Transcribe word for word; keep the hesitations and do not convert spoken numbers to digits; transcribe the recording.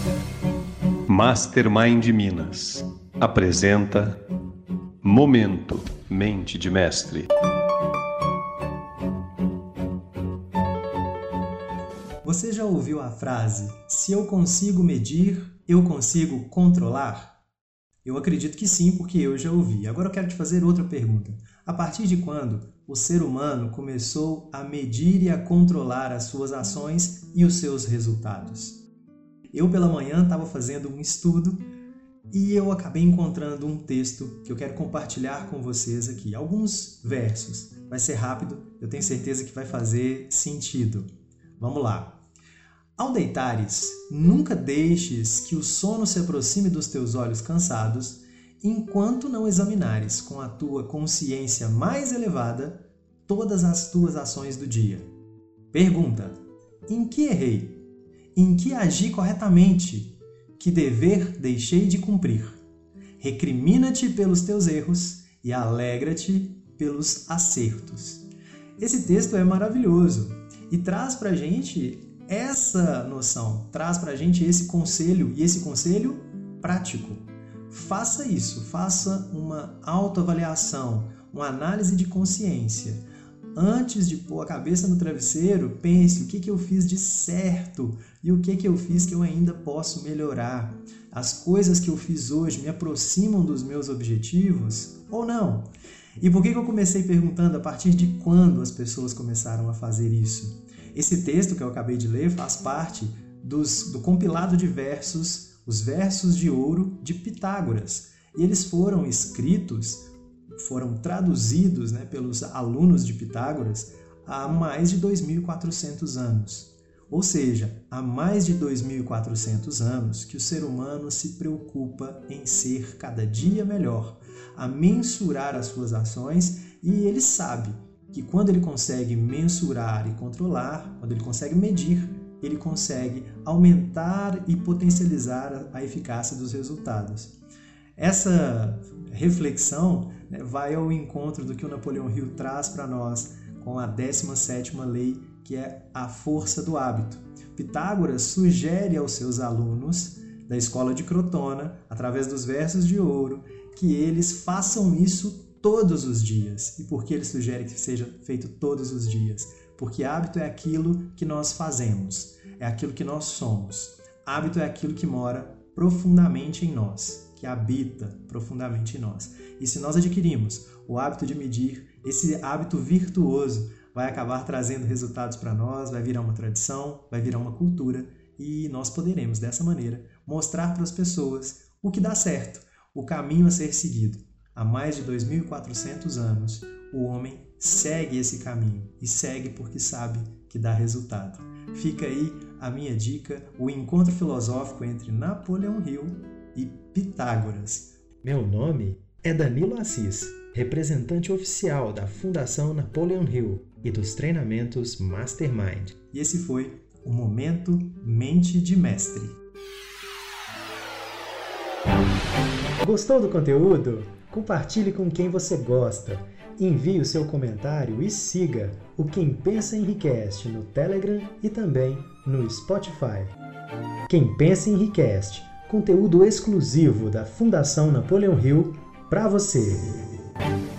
Mastermind Minas apresenta Momento Mente de Mestre. Você já ouviu a frase, se eu consigo medir, eu consigo controlar? Eu acredito que sim, porque eu já ouvi. Agora eu quero te fazer outra pergunta. A partir de quando o ser humano começou a medir e a controlar as suas ações e os seus resultados? Eu pela manhã estava fazendo um estudo e eu acabei encontrando um texto que eu quero compartilhar com vocês aqui. Alguns versos. Vai ser rápido, eu tenho certeza que vai fazer sentido. Vamos lá. Ao deitares, nunca deixes que o sono se aproxime dos teus olhos cansados, enquanto não examinares com a tua consciência mais elevada todas as tuas ações do dia. Pergunta: em que errei? Em que agi corretamente? Que dever deixei de cumprir? Recrimina-te pelos teus erros e alegra-te pelos acertos. Esse texto é maravilhoso e traz pra gente essa noção, traz pra gente esse conselho e esse conselho prático. Faça isso, faça uma autoavaliação, uma análise de consciência. Antes de pôr a cabeça no travesseiro, pense o que, que eu fiz de certo e o que, que eu fiz que eu ainda posso melhorar. As coisas que eu fiz hoje me aproximam dos meus objetivos ou não? E por que, que eu comecei perguntando a partir de quando as pessoas começaram a fazer isso? Esse texto que eu acabei de ler faz parte dos, do compilado de versos, os versos de ouro de Pitágoras. E eles foram escritos, foram traduzidos, né, pelos alunos de Pitágoras há mais de dois mil e quatrocentos anos. Ou seja, há mais de dois mil e quatrocentos anos que o ser humano se preocupa em ser cada dia melhor, a mensurar as suas ações, e ele sabe que quando ele consegue mensurar e controlar, quando ele consegue medir, ele consegue aumentar e potencializar a eficácia dos resultados. Essa reflexão, né, vai ao encontro do que o Napoleão Hill traz para nós com a décima sétima lei, que é a força do hábito. Pitágoras sugere aos seus alunos da escola de Crotona, através dos versos de ouro, que eles façam isso todos os dias. E por que ele sugere que seja feito todos os dias? Porque hábito é aquilo que nós fazemos, é aquilo que nós somos. Hábito é aquilo que mora profundamente em nós, que habita profundamente em nós. E se nós adquirimos o hábito de medir, esse hábito virtuoso vai acabar trazendo resultados para nós, vai virar uma tradição, vai virar uma cultura, e nós poderemos, dessa maneira, mostrar para as pessoas o que dá certo, o caminho a ser seguido. Há mais de dois mil e quatrocentos anos, o homem segue esse caminho e segue porque sabe que dá resultado. Fica aí a minha dica, o encontro filosófico entre Napoleão Hill e Pitágoras. Meu nome é Danilo Assis, representante oficial da Fundação Napoleão Hill e dos treinamentos Mastermind. E esse foi o Momento Mente de Mestre. Gostou do conteúdo? Compartilhe com quem você gosta. Envie o seu comentário e siga o Quem Pensa Enriquece no Telegram e também no Spotify. Quem Pensa Enriquece, conteúdo exclusivo da Fundação Napoleão Hill para você.